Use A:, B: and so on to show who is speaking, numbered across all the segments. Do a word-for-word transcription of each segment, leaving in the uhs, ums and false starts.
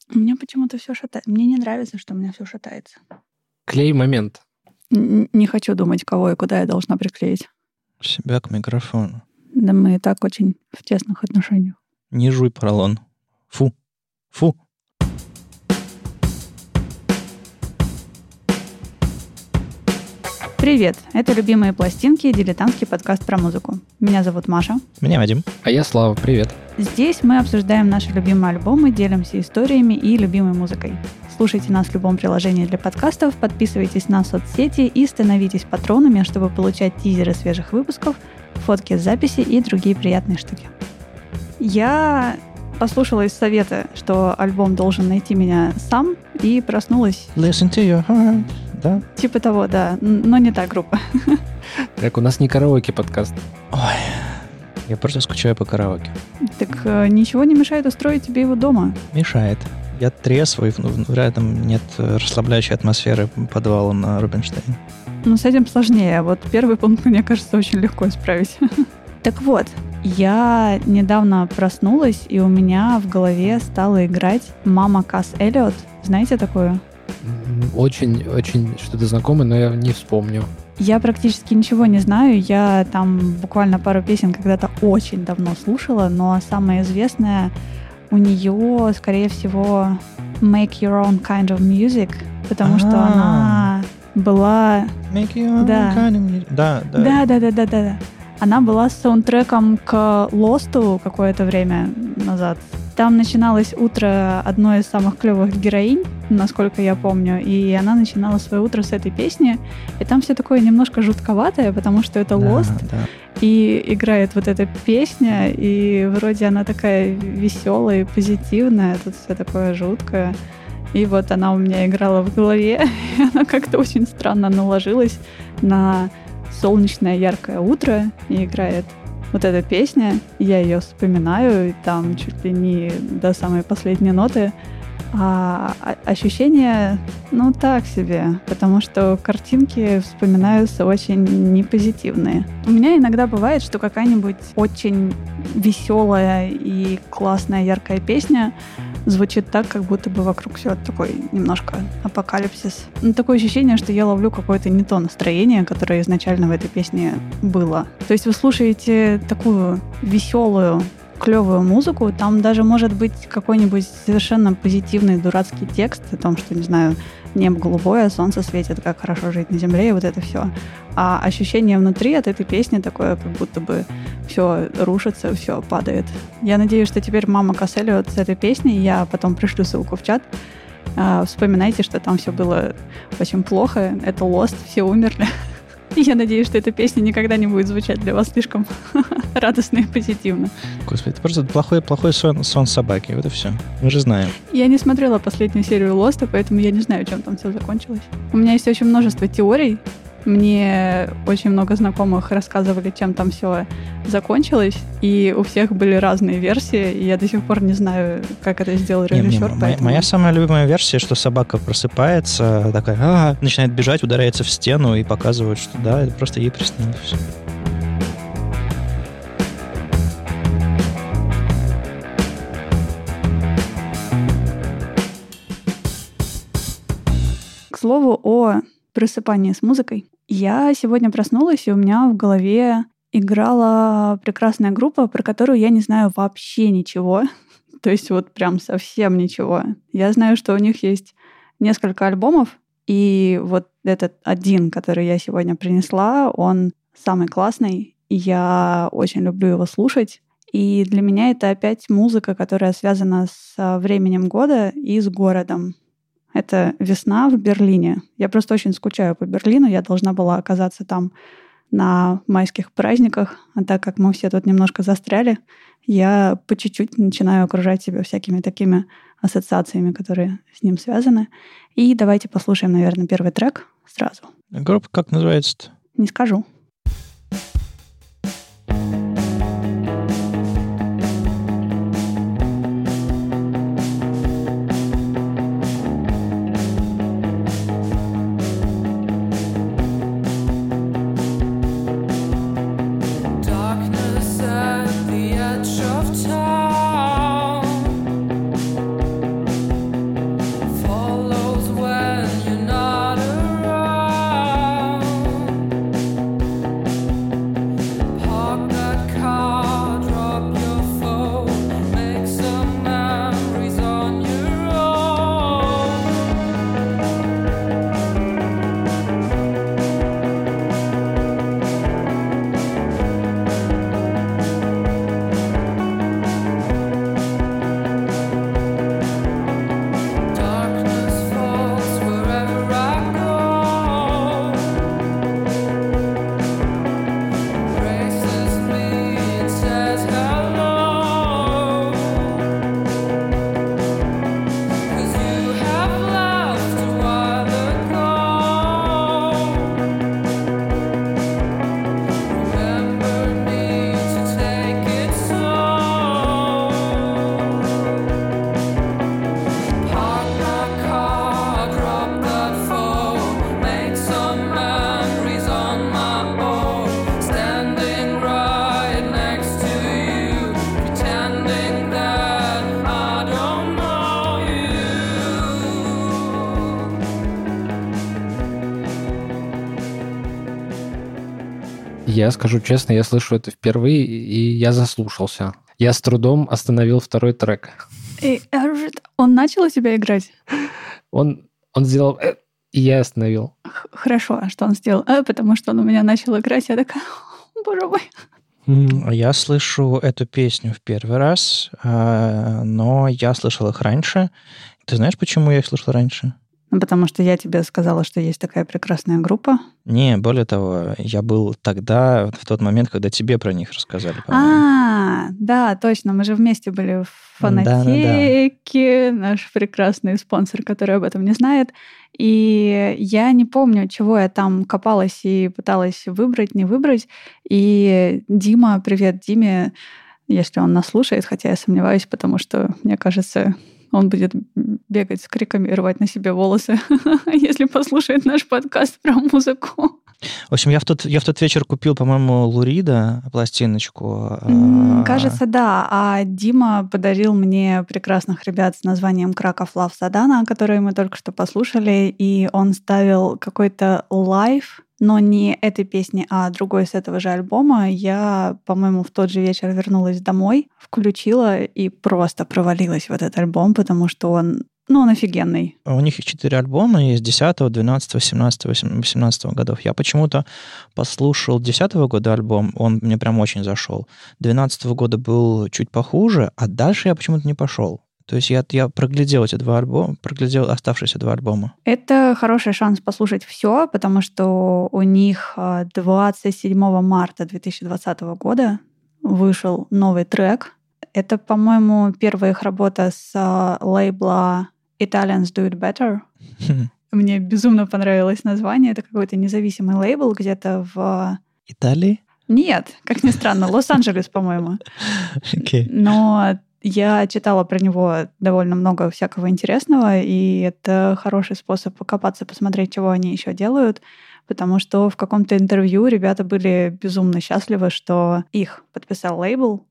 A: У меня почему-то все шатается. Мне не нравится, что у меня все шатается.
B: Клей момент.
A: Н- не хочу думать, кого и куда я должна приклеить.
C: Себя к микрофону.
A: Да мы и так очень в тесных отношениях.
C: Не жуй поролон. Фу. Фу.
A: Привет! Это «Любимые пластинки» — дилетантский подкаст про музыку. Меня зовут Маша.
C: Меня Вадим.
B: А я Слава, привет.
A: Здесь мы обсуждаем наши любимые альбомы, делимся историями и любимой музыкой. Слушайте нас в любом приложении для подкастов, подписывайтесь на соцсети и становитесь патронами, чтобы получать тизеры свежих выпусков, фотки с записи и другие приятные штуки. Я послушала из совета, что альбом должен найти меня сам, и проснулась...
C: Listen to your heart. Да?
A: Типа того, да, но не та группа.
B: Так, у нас не караоке-подкаст.
C: Ой, я просто скучаю по караоке.
A: Так э, ничего не мешает устроить тебе его дома.
C: Мешает. Я трезвый, рядом нет расслабляющей атмосферы подвала на Рубинштейн.
A: Ну, с этим сложнее. Вот первый пункт, мне кажется, очень легко исправить. Так вот, я недавно проснулась, и у меня в голове стала играть «Мама Касс Эллиот». Знаете такую?
B: Очень-очень что-то знакомое, но я не вспомню.
A: Я практически ничего не знаю. Я там буквально пару песен когда-то очень давно слушала, но самое известное у нее, скорее всего, «Make Your Own Kind of Music», потому
C: А-а-а.
A: что она была...
C: Make your own
A: Да.
C: kind of music. Да, да.
A: Да, да, да, да, да, да. Она была саундтреком к «Лосту» какое-то время назад. Там начиналось утро одной из самых клевых героинь, насколько я помню, и она начинала свое утро с этой песни. И там все такое немножко жутковатое, потому что это
C: Да,
A: «Лост»,
C: да.
A: и играет вот эта песня, и вроде она такая веселая и позитивная, тут все такое жуткое. И вот она у меня играла в голове, и она как-то очень странно наложилась на солнечное яркое утро, и играет вот эта песня. Я ее вспоминаю, и там чуть ли не до самой последней ноты. А ощущения, ну, так себе, потому что картинки вспоминаются очень непозитивные. У меня иногда бывает, что какая-нибудь очень веселая и классная яркая песня звучит так, как будто бы вокруг все такой немножко апокалипсис. Ну, такое ощущение, что я ловлю какое-то не то настроение, которое изначально в этой песне было. То есть вы слушаете такую веселую, клевую музыку, там даже может быть какой-нибудь совершенно позитивный дурацкий текст о том, что, не знаю, небо голубое, солнце светит, как хорошо жить на земле, и вот это все. А ощущение внутри от этой песни такое, как будто бы все рушится, все падает. Я надеюсь, что теперь «Мама Касс Эллиот» с этой песней, я потом пришлю ссылку в чат, вспоминайте, что там все было очень плохо, это «Лост», все умерли. Я надеюсь, что эта песня никогда не будет звучать для вас слишком радостно и позитивно.
C: Господи, это просто плохой, плохой сон, сон собаки. Вот и все. Мы же знаем.
A: Я не смотрела последнюю серию «Лоста», поэтому я не знаю, чем там все закончилось. У меня есть очень множество теорий. Мне очень много знакомых рассказывали, чем там все закончилось, и у всех были разные версии, и я до сих пор не знаю, как это сделал режиссер.
C: Не, не,
A: поэтому...
C: Моя самая любимая версия, что собака просыпается, такая, а, начинает бежать, ударяется в стену и показывает, что да, это просто ей приснилось. Все.
A: К слову о просыпании с музыкой. Я сегодня проснулась, и у меня в голове играла прекрасная группа, про которую я не знаю вообще ничего. То есть вот прям совсем ничего. Я знаю, что у них есть несколько альбомов, и вот этот один, который я сегодня принесла, он самый классный, и я очень люблю его слушать. И для меня это опять музыка, которая связана с временем года и с городом. Это «Весна в Берлине». Я просто очень скучаю по Берлину. Я должна была оказаться там на майских праздниках. А так как мы все тут немножко застряли, я по чуть-чуть начинаю окружать себя всякими такими ассоциациями, которые с ним связаны. И давайте послушаем, наверное, первый трек сразу.
C: Группа как называется-то?
A: Не скажу.
B: Я скажу честно, я слышу это впервые, и я заслушался. Я с трудом остановил второй трек.
A: И он начал у тебя играть?
B: Он, он сделал... Э, и я остановил.
A: Х- хорошо, а что он сделал? А, потому что он у меня начал играть, я такая, боже мой.
C: Я слышу эту песню в первый раз, но я слышал их раньше. Ты знаешь, почему я их слышал раньше?
A: Ну, потому что я тебе сказала, что есть такая прекрасная группа.
C: Не, более того, я был тогда, в тот момент, когда тебе про них рассказали, по-моему.
A: А, да, точно, мы же вместе были в Фонотеке, наш прекрасный спонсор, который об этом не знает. И я не помню, чего я там копалась и пыталась выбрать, не выбрать. И Дима, привет Диме, если он нас слушает, хотя я сомневаюсь, потому что, мне кажется, он будет бегать с криками и рвать на себе волосы, если послушает наш подкаст про музыку.
C: В общем, я в тот, я в тот вечер купил, по-моему, Лурида пластиночку.
A: Кажется, да. А Дима подарил мне прекрасных ребят с названием «Краков Лав Садана», которые мы только что послушали, и он ставил какой-то лайв, но не этой песни, а другой с этого же альбома. Я, по-моему, в тот же вечер вернулась домой, включила и просто провалилась в этот альбом, потому что он, ну, он офигенный.
C: У них четыре альбома есть десятого, двенадцатого, семнадцатого, восемнадцатого годов. Я почему-то послушал десятого года альбом, он мне прям очень зашел. двенадцатого года был чуть похуже, а дальше я почему-то не пошел. То есть я, я проглядел эти два альбома, проглядел оставшиеся два альбома.
A: Это хороший шанс послушать все, потому что у них двадцать седьмого марта две тысячи двадцатого года вышел новый трек. Это, по-моему, первая их работа с лейбла Italians Do It Better. Мне безумно понравилось название. Это какой-то независимый лейбл где-то в...
C: Италии?
A: Нет, как ни странно, Лос-Анджелес, по-моему.
C: Okay.
A: Но я читала про него довольно много всякого интересного, и это хороший способ покопаться, посмотреть, чего они еще делают, потому что в каком-то интервью ребята были безумно счастливы, что их подписал лейбл,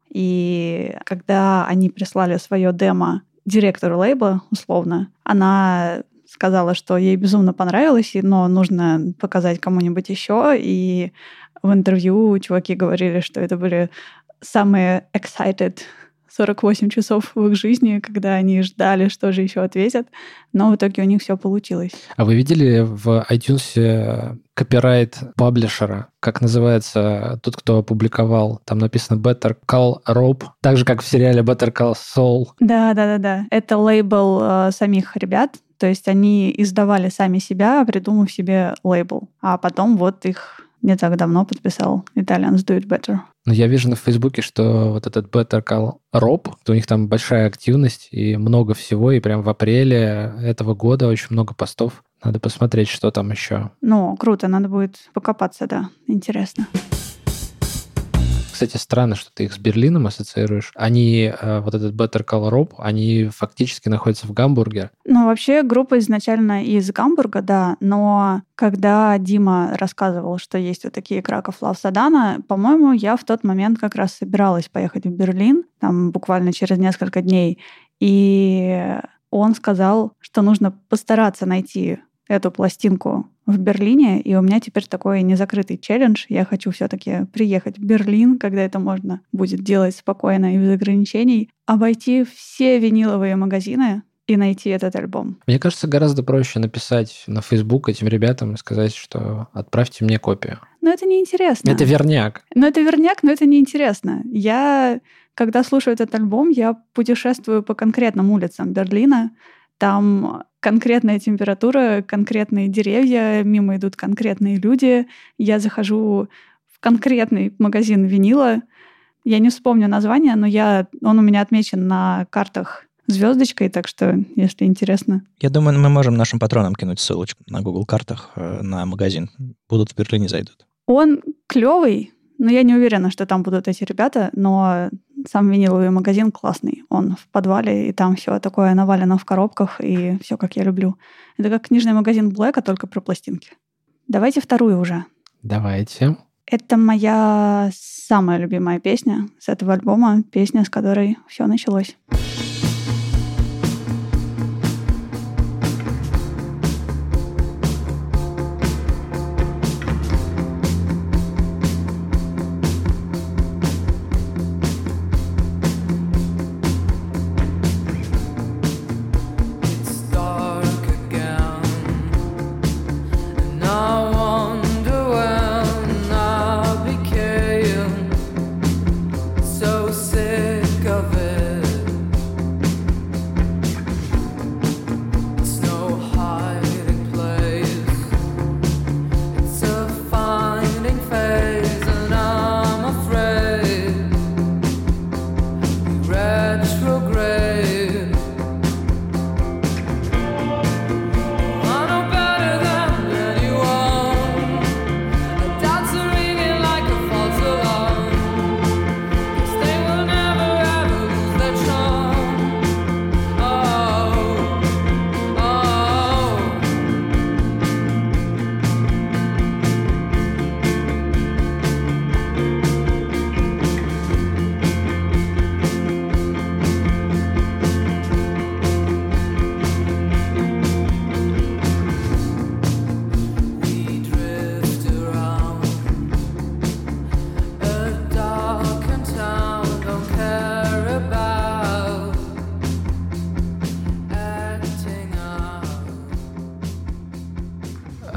A: и когда они прислали свое демо директору лейбла, условно, она сказала, что ей безумно понравилось, но нужно показать кому-нибудь еще, и в интервью чуваки говорили, что это были самые excited сорок восемь часов в их жизни, когда они ждали, что же еще ответят, но в итоге у них все получилось.
B: А вы видели в iTunes копирайт паблишера, как называется тот, кто опубликовал? Там написано Better Call Rob, так же, как в сериале Better Call Saul.
A: Да-да-да-да. Это лейбл э, самих ребят, то есть они издавали сами себя, придумав себе лейбл, а потом вот их не так давно подписал Italians Do It Better.
B: Но я вижу на Фейсбуке, что вот этот Better Call Rob, у них там большая активность и много всего, и прям в апреле этого года очень много постов. Надо посмотреть, что там еще.
A: Ну, круто, надо будет покопаться, да, интересно.
B: Кстати, странно, что ты их с Берлином ассоциируешь. Они, вот этот Better Call Rob, они фактически находятся в Гамбурге.
A: Ну, вообще, группа изначально из Гамбурга, да, но когда Дима рассказывал, что есть вот такие Краков Лав Садана, по-моему, я в тот момент как раз собиралась поехать в Берлин, там буквально через несколько дней, и он сказал, что нужно постараться найти эту пластинку в Берлине, и у меня теперь такой незакрытый челлендж. Я хочу все-таки приехать в Берлин, когда это можно будет делать спокойно и без ограничений, обойти все виниловые магазины и найти этот альбом.
B: Мне кажется, гораздо проще написать на Facebook этим ребятам и сказать, что отправьте мне копию.
A: Но это неинтересно.
B: Это верняк.
A: Но это верняк, но это неинтересно. Я, когда слушаю этот альбом, я путешествую по конкретным улицам Берлина. Там конкретная температура, конкретные деревья, мимо идут конкретные люди. Я захожу в конкретный магазин винила. Я не вспомню название, но я, он у меня отмечен на картах звездочкой, так что, если интересно.
C: Я думаю, мы можем нашим патронам кинуть ссылочку на Google картах на магазин. Будут в Берлине, зайдут.
A: Он клевый, но я не уверена, что там будут эти ребята, но сам виниловый магазин классный. Он в подвале, и там все такое навалено в коробках, и все, как я люблю. Это как книжный магазин Блэка, только про пластинки. Давайте вторую уже.
B: Давайте.
A: Это моя самая любимая песня с этого альбома, песня, с которой все началось.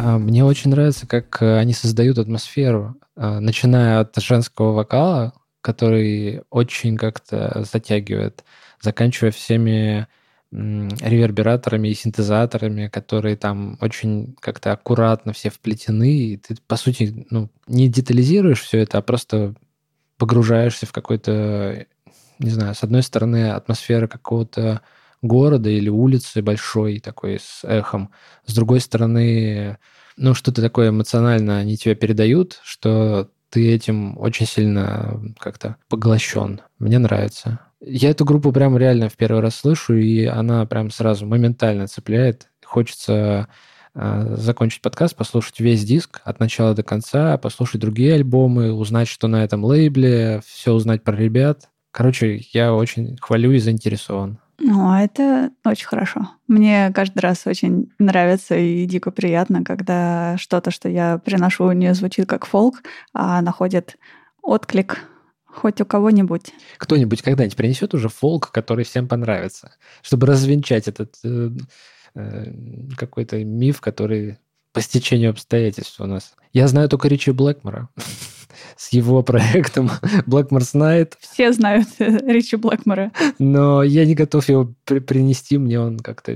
B: Мне очень нравится, как они создают атмосферу, начиная от женского вокала, который очень как-то затягивает, заканчивая всеми ревербераторами и синтезаторами, которые там очень как-то аккуратно все вплетены, и ты, по сути, ну, не детализируешь все это, а просто погружаешься в какой-то, не знаю, с одной стороны, атмосфера какого-то города или улицы большой такой с эхом, с другой стороны, ну, что-то такое эмоционально они тебе передают, что ты этим очень сильно как-то поглощен. Мне нравится. Я эту группу прям реально в первый раз слышу, и она прям сразу моментально цепляет. Хочется э, закончить подкаст, послушать весь диск от начала до конца, послушать другие альбомы, узнать, что на этом лейбле, все узнать про ребят. Короче, я очень хвалю и заинтересован.
A: Ну, это очень хорошо. Мне каждый раз очень нравится и дико приятно, когда что-то, что я приношу, не звучит как фолк, а находит отклик хоть у кого-нибудь.
B: Кто-нибудь когда-нибудь принесет уже фолк, который всем понравится, чтобы развенчать этот э, э, какой-то миф, который по стечению обстоятельств у нас. Я знаю только Ричи Блэкмора с его проектом Blackmore's Night.
A: Все знают Ричи Блэкмора.
B: Но я не готов его при- принести, мне он как-то...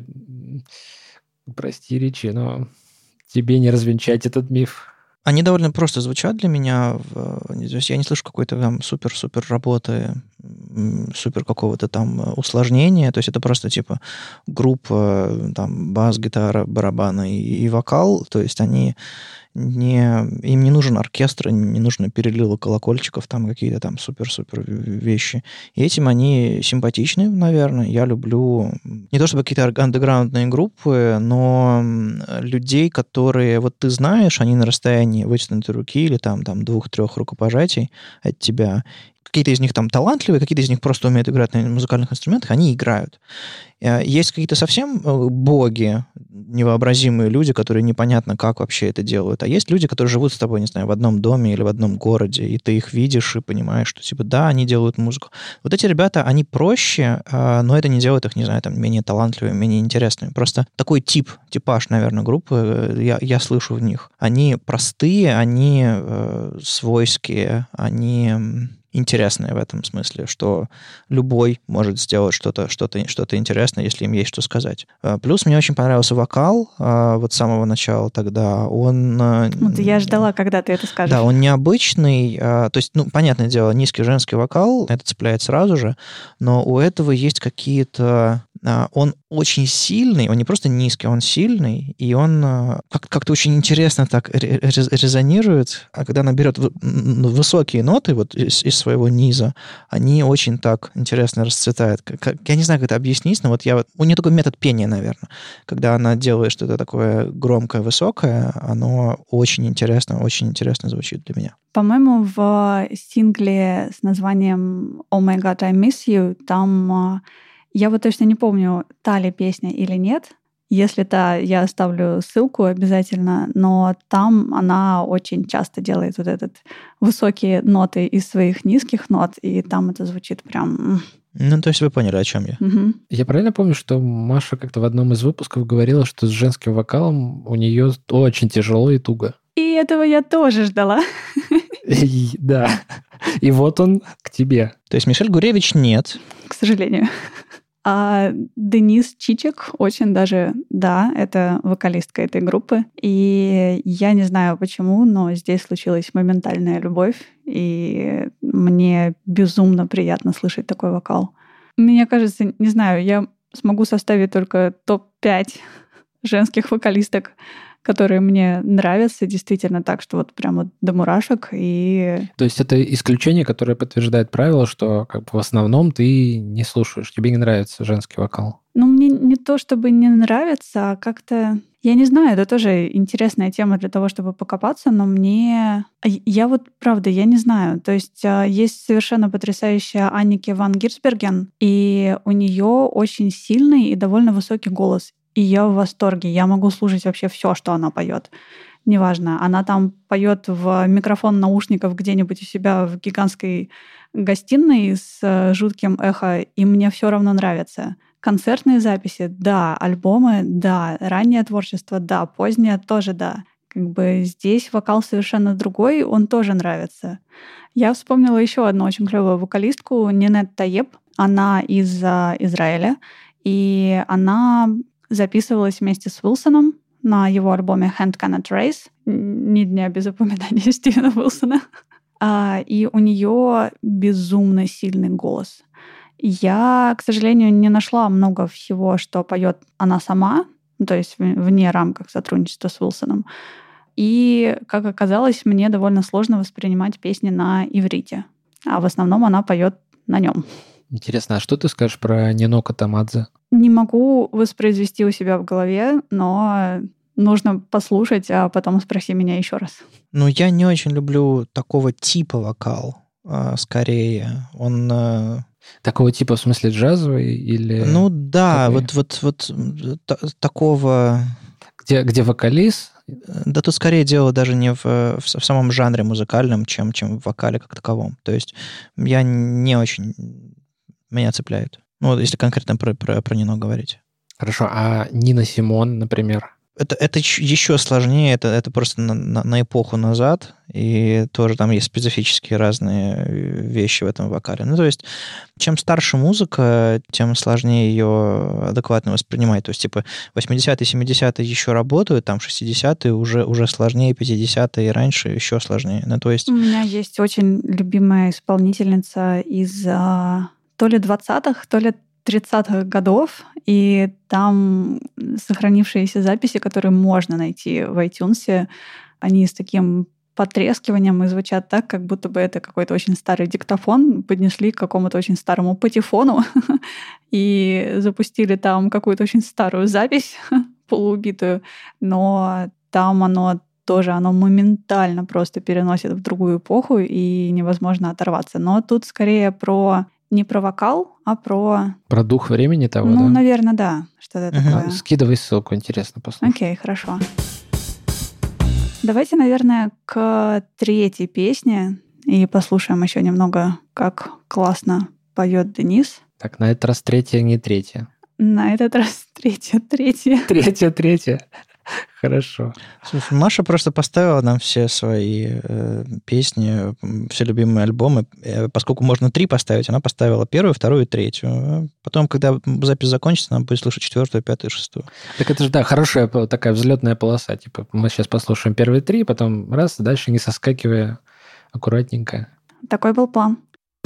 B: Прости, Ричи, но тебе не развенчать этот миф.
C: Они довольно просто звучат для меня. То есть я не слышу какой-то там супер-супер работы, супер какого-то там усложнения. То есть это просто типа группа, там, бас, гитара, барабаны и, и вокал. То есть они не... Им не нужен оркестр, не нужно переливы колокольчиков, там какие-то там супер-супер вещи. И этим они симпатичны, наверное. Я люблю не то чтобы какие-то андеграундные группы, но людей, которые, вот ты знаешь, они на расстоянии вытянутой руки или там, там двух-трех рукопожатий от тебя. Какие-то из них там талантливые, какие-то из них просто умеют играть на музыкальных инструментах, они играют. Есть какие-то совсем боги, невообразимые люди, которые непонятно, как вообще это делают. А есть люди, которые живут с тобой, не знаю, в одном доме или в одном городе, и ты их видишь и понимаешь, что, типа, да, они делают музыку. Вот эти ребята, они проще, но это не делает их, не знаю, там, менее талантливыми, менее интересными. Просто такой тип, типаж, наверное, группы, я, я слышу в них. Они простые, они э, свойские, они... интересное в этом смысле, что любой может сделать что-то, что-то, что-то интересное, если им есть что сказать. Плюс мне очень понравился вокал вот с самого начала тогда. Он...
A: Вот я ждала, когда ты это скажешь.
C: Да, он необычный. То есть, ну, понятное дело, низкий женский вокал, это цепляет сразу же, но у этого есть какие-то... Он очень сильный, он не просто низкий, он сильный, и он как-то очень интересно так резонирует, а когда она берет высокие ноты вот из, из своего низа, они очень так интересно расцветают. Я не знаю, как это объяснить, но вот я вот... У нее такой метод пения, наверное. Когда она делает что-то такое громкое, высокое, оно очень интересно, очень интересно звучит для меня.
A: По-моему, в сингле с названием «Oh my God, I miss you» там... Я вот точно не помню, та ли песня или нет. Если та, я оставлю ссылку обязательно, но там она очень часто делает вот этот высокие ноты из своих низких нот, и там это звучит прям...
C: Ну, то есть вы поняли, о чем я.
A: Угу.
B: Я правильно помню, что Маша как-то в одном из выпусков говорила, что с женским вокалом у нее очень тяжело и туго.
A: И этого я тоже ждала.
B: Да. И вот он к тебе.
C: То есть Мишель Гуревич нет.
A: К сожалению. А Денис Чичик очень даже, да, это вокалистка этой группы. И я не знаю почему, но здесь случилась моментальная любовь, и мне безумно приятно слышать такой вокал. Мне кажется, не знаю, я смогу составить только топ пять женских вокалисток, которые мне нравятся действительно так, что вот прямо до мурашек. И...
B: То есть это исключение, которое подтверждает правило, что как бы в основном ты не слушаешь, тебе не нравится женский вокал.
A: Ну, мне не то чтобы не нравится, а как-то... Я не знаю, это тоже интересная тема для того, чтобы покопаться, но мне... Я вот, правда, я не знаю. То есть есть совершенно потрясающая Аннике ван Гирсберген, и у нее очень сильный и довольно высокий голос. И я в восторге. Я могу слушать вообще все, что она поет. Неважно, она там поет в микрофон наушников где-нибудь у себя в гигантской гостиной с жутким эхо, и мне все равно нравится. Концертные записи — да, альбомы — да, раннее творчество — да, позднее тоже — да. как бы здесь вокал совершенно другой, он тоже нравится. Я вспомнила еще одну очень клевую вокалистку, Нинет Таеб. Она из Израиля, и она записывалась вместе с Уилсоном на его альбоме «Hand Cannot Race». Ни дня без упоминания Стивена Уилсона. И у нее безумно сильный голос. Я, к сожалению, не нашла много всего, что поет она сама, то есть вне рамках сотрудничества с Уилсоном. И, как оказалось, мне довольно сложно воспринимать песни на иврите. А в основном она поет на нем.
B: Интересно, а что ты скажешь про Ниноко Тамадзе?
A: Не могу воспроизвести у себя в голове, но нужно послушать, а потом спроси меня еще раз.
C: Ну, я не очень люблю такого типа вокал, скорее. Он...
B: Такого типа в смысле джазовый или...
C: Ну да, вот, вот, вот т- такого...
B: Где, где вокалист?
C: Да тут скорее дело даже не в, в, в самом жанре музыкальном, чем, чем в вокале как таковом. То есть я не очень... Меня цепляют. Ну, если конкретно про, про, про Нино говорить.
B: Хорошо, а Нина Симон, например?
C: Это, это еще сложнее, это, это просто на, на, на эпоху назад, и тоже там есть специфические разные вещи в этом вокале. Ну, то есть, чем старше музыка, тем сложнее ее адекватно воспринимать. То есть, типа, восьмидесятые, семидесятые еще работают, там шестидесятые уже, уже сложнее, пятидесятые и раньше еще сложнее. Ну, то есть...
A: У меня есть очень любимая исполнительница из то ли двадцатых, то ли тридцатых годов, и там сохранившиеся записи, которые можно найти в iTunes, они с таким потрескиванием и звучат так, как будто бы это какой-то очень старый диктофон, поднесли к какому-то очень старому патефону и запустили там какую-то очень старую запись, полуубитую, но там оно тоже, оно моментально просто переносит в другую эпоху, и невозможно оторваться. Но тут скорее про... Не про вокал, а про...
B: Про дух времени того,
A: ну,
B: да?
A: Ну, наверное, да. Что-то uh-huh. такое.
B: Скидывай ссылку, интересно послушать.
A: Окей, хорошо. Давайте, наверное, к третьей песне и послушаем еще немного, как классно поет Денис.
B: Так, на этот раз третья, не третья.
A: На этот раз третья, третья.
B: Третья, третья. Хорошо.
C: Слушай, Маша просто поставила нам все свои э, песни, все любимые альбомы. Э, поскольку можно три поставить, она поставила первую, вторую и третью. Потом, когда запись закончится, она будет слушать четвертую, пятую, шестую.
B: Так это же, да, хорошая такая взлетная полоса. Типа мы сейчас послушаем первые три, потом раз, дальше не соскакивая аккуратненько.
A: Такой был план.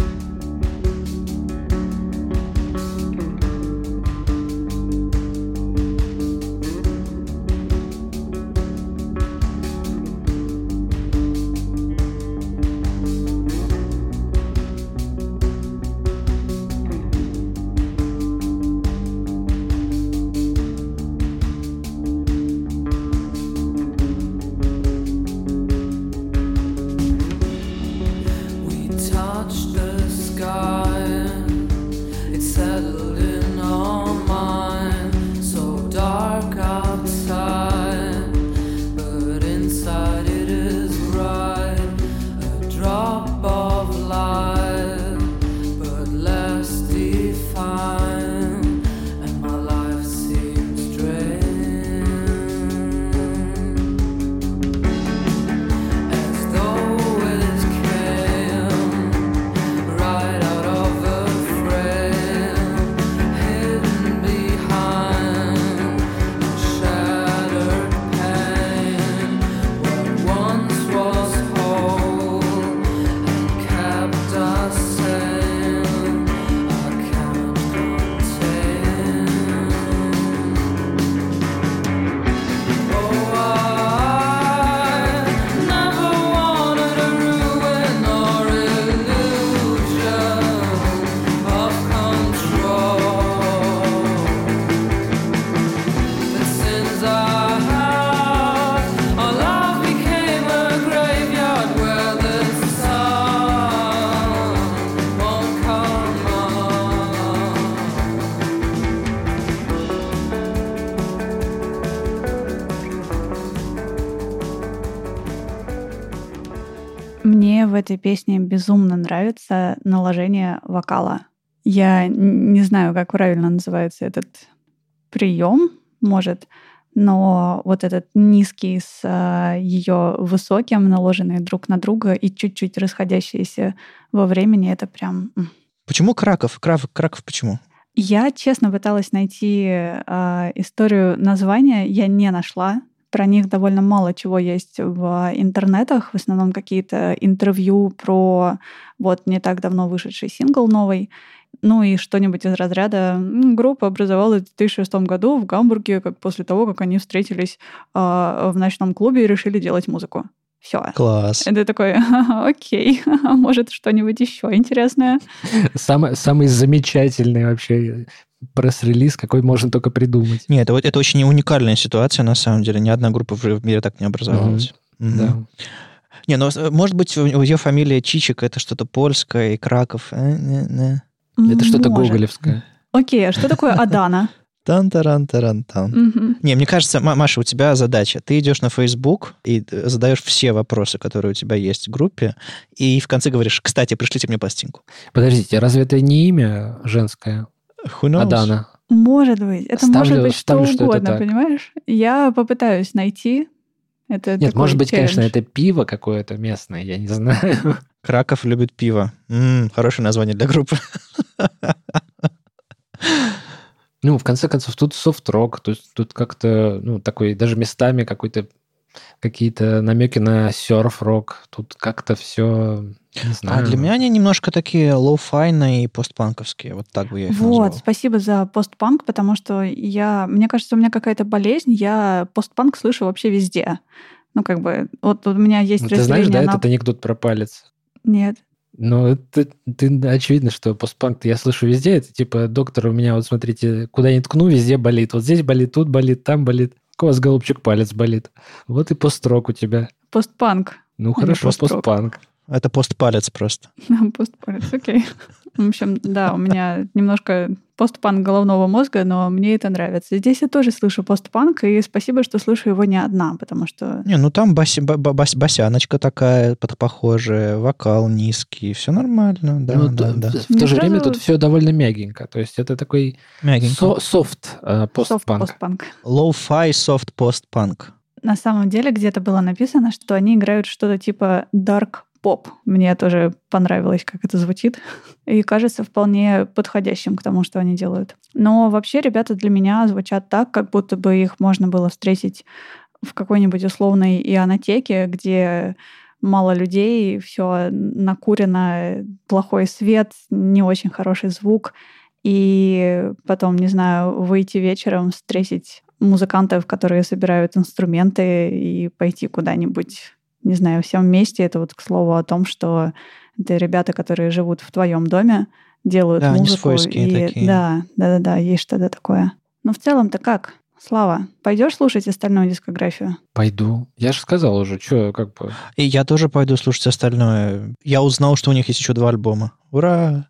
A: Мне в этой песне безумно нравится наложение вокала. Я не знаю, как правильно называется этот прием, может, но вот этот низкий с ее высоким, наложенные друг на друга и чуть-чуть расходящиеся во времени, это прям...
C: Почему Краков? Краков, Краков почему?
A: Я, честно, пыталась найти э, историю названия, я не нашла. Про них довольно мало чего есть в интернетах, в основном какие-то интервью про вот не так давно вышедший сингл новый, ну и что-нибудь из разряда. Группа образовалась в две тысячи шестом году в Гамбурге, как после того, как они встретились э, в ночном клубе и решили делать музыку. Все.
C: Класс.
A: Это такой, окей, может, что-нибудь еще интересное.
B: Самый, самый замечательный вообще пресс-релиз, какой можно только придумать.
C: Нет, это, это очень уникальная ситуация, на самом деле. Ни одна группа в мире так не образовалась.
B: Mm-hmm. Mm-hmm. Да.
C: Не, ну, может быть, у ее фамилия Чичик, это что-то польское, и Краков. Это
B: что-то гоголевское.
A: Окей, а что такое Адана?
C: Тан-таран-таран-тан.
A: Угу.
C: Не, мне кажется, Маша, у тебя задача. Ты идешь на Facebook и задаешь все вопросы, которые у тебя есть в группе, и в конце говоришь, кстати, пришлите мне пластинку.
B: Подождите, разве это не имя женское? Адана.
A: Может быть. Это
B: ставлю,
A: может быть что
B: ставлю,
A: угодно,
B: что
A: понимаешь? Я попытаюсь найти. Это
B: Нет, может быть,
A: челлендж.
B: конечно, это пиво какое-то местное, я не знаю.
C: Краков любит пиво. М-м, хорошее название для группы.
B: Ну, в конце концов, тут софт-рок, то есть тут как-то, ну, такой, даже местами какой-то, какие-то намеки на серф-рок, тут как-то все, не знаю.
C: А для меня они немножко такие лоу-файные и постпанковские, вот так бы я их
A: Вот,
C: назвал.
A: спасибо за постпанк, потому что я, мне кажется, у меня какая-то болезнь, я постпанк слышу вообще везде. Ну, как бы, вот у меня есть
B: Ну,
A: разделение...
B: ты знаешь, да,
A: на...
B: этот анекдот про палец?
A: Нет.
B: Ну, это, ты, очевидно, что постпанк я слышу везде. Это типа, доктор, у меня, вот смотрите, куда ни ткну, везде болит. Вот здесь болит, тут болит, там болит. У вас, голубчик, палец болит. Вот и построк у тебя.
A: Постпанк.
B: Ну, хорошо,
A: построк.
B: постпанк.
C: Это постпалец просто.
A: Постпалец, окей. В общем, да, у меня немножко постпанк головного мозга, но мне это нравится. Здесь я тоже слышу постпанк, и спасибо, что слышу его не одна, потому что...
C: Не, ну там баси, бас, басяночка такая похожая, вокал низкий, все нормально, да,
B: ну,
C: да,
B: то,
C: да.
B: В то же сразу... время тут все довольно мягенько. То есть это такой со- софт э, постпанк.
A: Софт-постпанк.
C: Low-fi soft постпанк.
A: На самом деле где-то было написано, что они играют что-то типа dark поп. Мне тоже понравилось, как это звучит. И кажется вполне подходящим к тому, что они делают. Но вообще ребята для меня звучат так, как будто бы их можно было встретить в какой-нибудь условной ионотеке, где мало людей, все накурено, плохой свет, не очень хороший звук. И потом, не знаю, выйти вечером, встретить музыкантов, которые собирают инструменты, и пойти куда-нибудь, не знаю, всем вместе. Это вот к слову о том, что это ребята, которые живут в твоем доме, делают
C: да,
A: музыку.
C: Они свойские
A: и
C: такие.
A: Да, да, да, да, есть что-то такое. Но в целом-то как? Слава, пойдешь слушать остальную дискографию?
B: Пойду. Я же сказал уже, что как бы...
C: И я тоже пойду слушать остальное. Я узнал, что у них есть еще два альбома. Ура!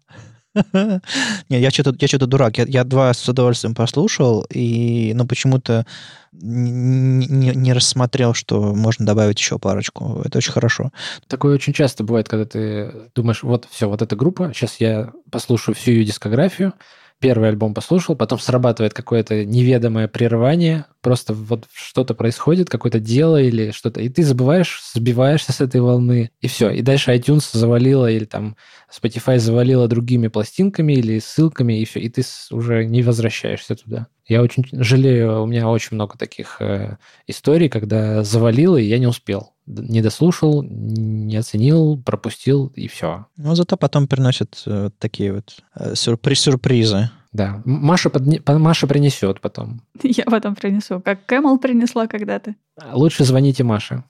C: Не, я что-то, я что-то дурак. Я, я два с удовольствием послушал, и, но почему-то не, не, не рассмотрел, что можно добавить еще парочку. Это очень хорошо.
B: Такое очень часто бывает, когда ты думаешь, вот все, вот эта группа, сейчас я послушаю всю ее дискографию, первый альбом послушал, потом срабатывает какое-то неведомое прерывание, просто вот что-то происходит, какое-то дело или что-то, и ты забываешь, сбиваешься с этой волны, и все. И дальше iTunes завалило, или там Spotify завалило другими пластинками или ссылками, и все, и ты уже не возвращаешься туда. Я очень жалею, у меня очень много таких э, историй, когда завалило, и я не успел. Не дослушал, не оценил, пропустил, и все.
C: Но зато потом приносят э, такие вот э, сюрприз, сюрпризы.
B: Да. Маша, подне... Маша принесет потом.
A: Я потом принесу, как Кэмел принесла когда-то.
B: Лучше звоните Маше.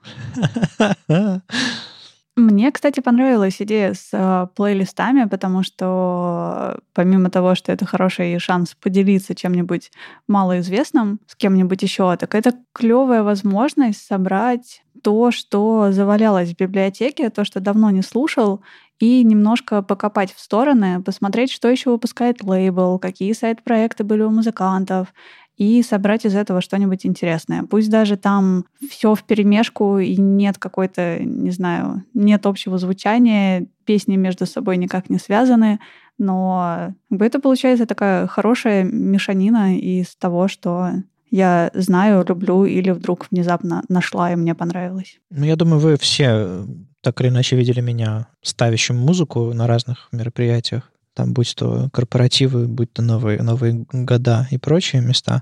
A: Мне, кстати, понравилась идея с э, плейлистами, потому что помимо того, что это хороший шанс поделиться чем-нибудь малоизвестным с кем-нибудь еще, так это клевая возможность собрать то, что завалялось в библиотеке, то, что давно не слушал, и немножко покопать в стороны, посмотреть, что еще выпускает лейбл, какие сайт-проекты были у музыкантов, и собрать из этого что-нибудь интересное. Пусть даже там все вперемешку и нет какой-то, не знаю, нет общего звучания, песни между собой никак не связаны, но это получается такая хорошая мешанина из того, что я знаю, люблю или вдруг внезапно нашла и мне понравилось.
C: Ну, я думаю, вы все так или иначе видели меня ставящим музыку на разных мероприятиях. Там будь то корпоративы, будь то новые, новые года и прочие места.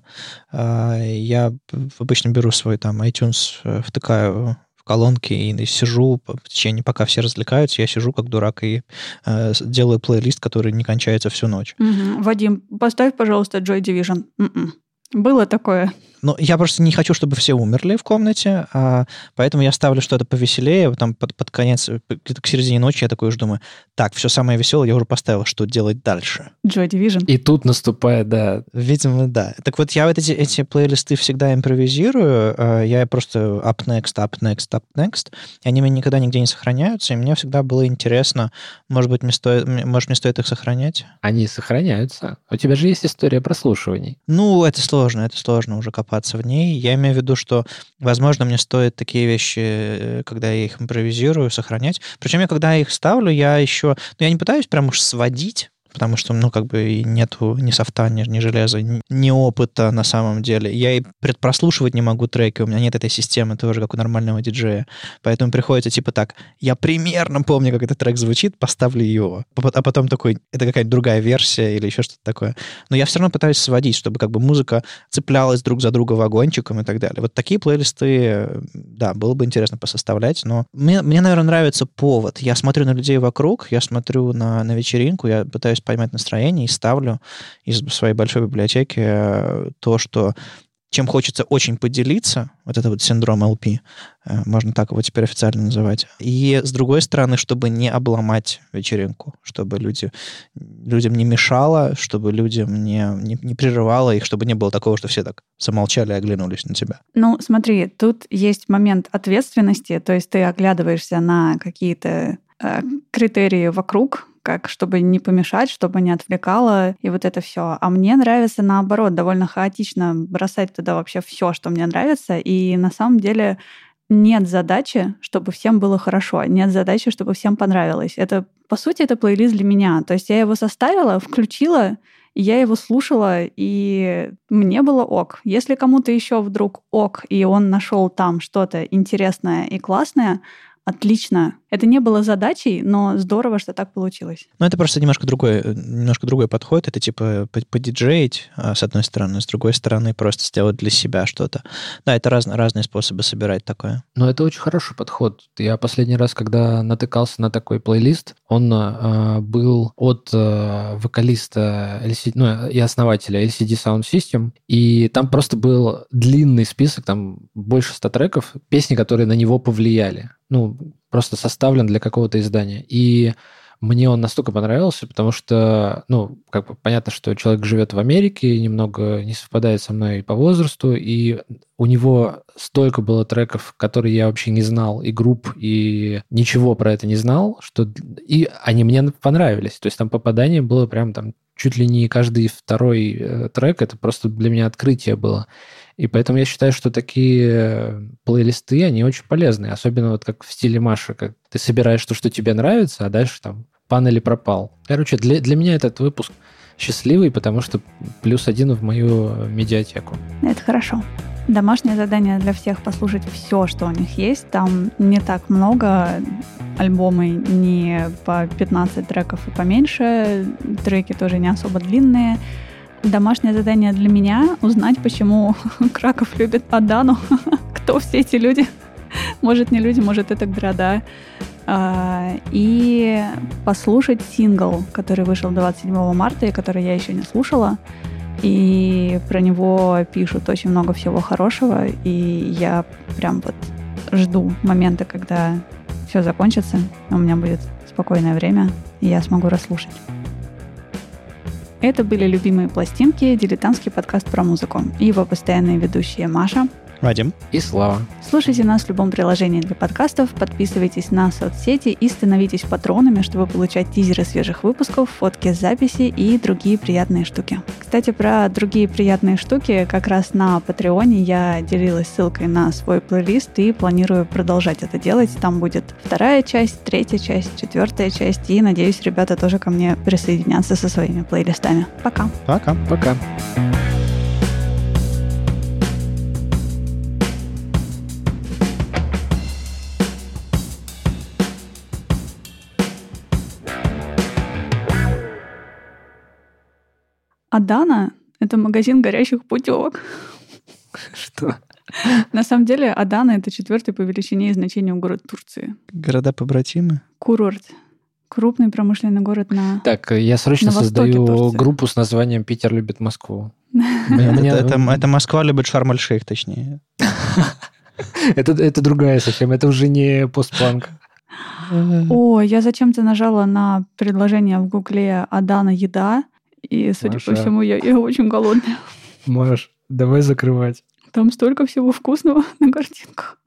C: Я обычно беру свой там iTunes, втыкаю в колонки и сижу в течение, пока все развлекаются, я сижу как дурак и э, делаю плейлист, который не кончается всю ночь.
A: Угу. Вадим, поставь, пожалуйста, Joy Division. М-м. Было такое?
C: Ну, я просто не хочу, чтобы все умерли в комнате, а, поэтому я ставлю что-то повеселее, там под, под конец, где-то к середине ночи я такой уже думаю, так, все самое веселое я уже поставил, что делать дальше?
A: Joy Division.
B: И тут наступает, да.
C: Видимо, да. Так вот, я вот эти, эти плейлисты всегда импровизирую, я просто up next, up next, up next, и они мне никогда нигде не сохраняются, и мне всегда было интересно, может быть, мне стоит, может, мне стоит их сохранять?
B: Они сохраняются. У тебя же есть история прослушиваний.
C: Ну, это сложно, это сложно уже копаться в ней. Я имею в виду, что, возможно, мне стоит такие вещи, когда я их импровизирую, сохранять. Причем я, когда их ставлю, я еще... Ну, я не пытаюсь прям уж сводить, потому что, ну, как бы нету ни софта, ни, ни железа, ни, ни опыта на самом деле. Я и предпрослушивать не могу треки, у меня нет этой системы тоже, как у нормального диджея. Поэтому приходится типа так, я примерно помню, как этот трек звучит, поставлю его. А потом такой, это какая-то другая версия или еще что-то такое. Но я все равно пытаюсь сводить, чтобы как бы музыка цеплялась друг за друга вагончиком и так далее. Вот такие плейлисты, да, было бы интересно посоставлять, но мне, мне наверное, нравится повод. Я смотрю на людей вокруг, я смотрю на, на вечеринку, я пытаюсь поймать настроение и ставлю из своей большой библиотеки то, что чем хочется очень поделиться, вот это вот синдром эл пи, можно так его теперь официально называть. И с другой стороны, чтобы не обломать вечеринку, чтобы люди, людям не мешало, чтобы людям не, не, не прерывало их, чтобы не было такого, что все так замолчали и оглянулись на тебя.
A: Ну, смотри, тут есть момент ответственности, то есть ты оглядываешься на какие-то э, критерии вокруг, как чтобы не помешать, чтобы не отвлекало, и вот это все. А мне нравится, наоборот, довольно хаотично бросать туда вообще все, что мне нравится, и на самом деле нет задачи, чтобы всем было хорошо, нет задачи, чтобы всем понравилось. Это, по сути, это плейлист для меня. То есть я его составила, включила, я его слушала, и мне было ок. Если кому-то еще вдруг ок, и он нашел там что-то интересное и классное, отлично. Это не было задачей, но здорово, что так получилось.
C: Ну, это просто немножко другой, немножко другой подход. Это типа подиджеить, с одной стороны, с другой стороны, просто сделать для себя что-то. Да, это раз, разные способы собирать такое.
B: Но это очень хороший подход. Я последний раз, когда натыкался на такой плейлист, он э, был от э, вокалиста эл си ди, ну, и основателя эл си ди Sound System, и там просто был длинный список, там больше ста треков, песни, которые на него повлияли. Ну, просто составлен для какого-то издания. И мне он настолько понравился, потому что, ну, как бы понятно, что человек живет в Америке, немного не совпадает со мной по возрасту, и у него столько было треков, которые я вообще не знал, и групп, и ничего про это не знал, что и они мне понравились. То есть там попадание было прям там чуть ли не каждый второй э, трек, это просто для меня открытие было. И поэтому я считаю, что такие плейлисты, они очень полезны. Особенно вот как в стиле Маши, как ты собираешь то, что тебе нравится, а дальше там пан или пропал. Короче, для, для меня этот выпуск счастливый, потому что плюс один в мою медиатеку.
A: Это хорошо. Домашнее задание для всех — послушать все, что у них есть. Там не так много, альбомы не по пятнадцать треков и поменьше, треки тоже не особо длинные. Домашнее задание для меня — узнать, почему Краков любит Адану. Кто все эти люди? Может, не люди, может, это города. И послушать сингл, который вышел двадцать седьмого марта, и который я еще не слушала. И про него пишут очень много всего хорошего. И я прям вот жду момента, когда все закончится, у меня будет спокойное время, и я смогу расслушать. Это были «Любимые пластинки», дилетантский подкаст про музыку. И его постоянные ведущие Маша,
C: Вадим
B: и Слава.
A: Слушайте нас в любом приложении для подкастов, подписывайтесь на соцсети и становитесь патронами, чтобы получать тизеры свежих выпусков, фотки с записи и другие приятные штуки. Кстати, про другие приятные штуки как раз на Патреоне я делилась ссылкой на свой плейлист и планирую продолжать это делать. Там будет вторая часть, третья часть, четвертая часть, и, надеюсь, ребята тоже ко мне присоединятся со своими плейлистами. Пока.
C: Пока.
B: Пока.
A: Адана — это магазин горячих путевок.
B: Что?
A: На самом деле Адана — это четвертый по величине и значению город Турции.
C: Города-побратимы?
A: Курорт. Крупный промышленный город на
B: Так, я срочно
A: на востоке
B: создаю
A: Турции.
B: группу с названием «Питер любит Москву».
C: Это,
B: Мне-
C: это- это Москва любит Шарм-эль-Шейх, точнее.
B: Это, это другая совсем, это уже не постпанк.
A: О, я зачем-то нажала на предложение в Гугле «Адана еда», и, судя
B: Маша.
A: по всему, я, я очень голодная.
B: Маш, давай закрывать.
A: Там столько всего вкусного на картинках.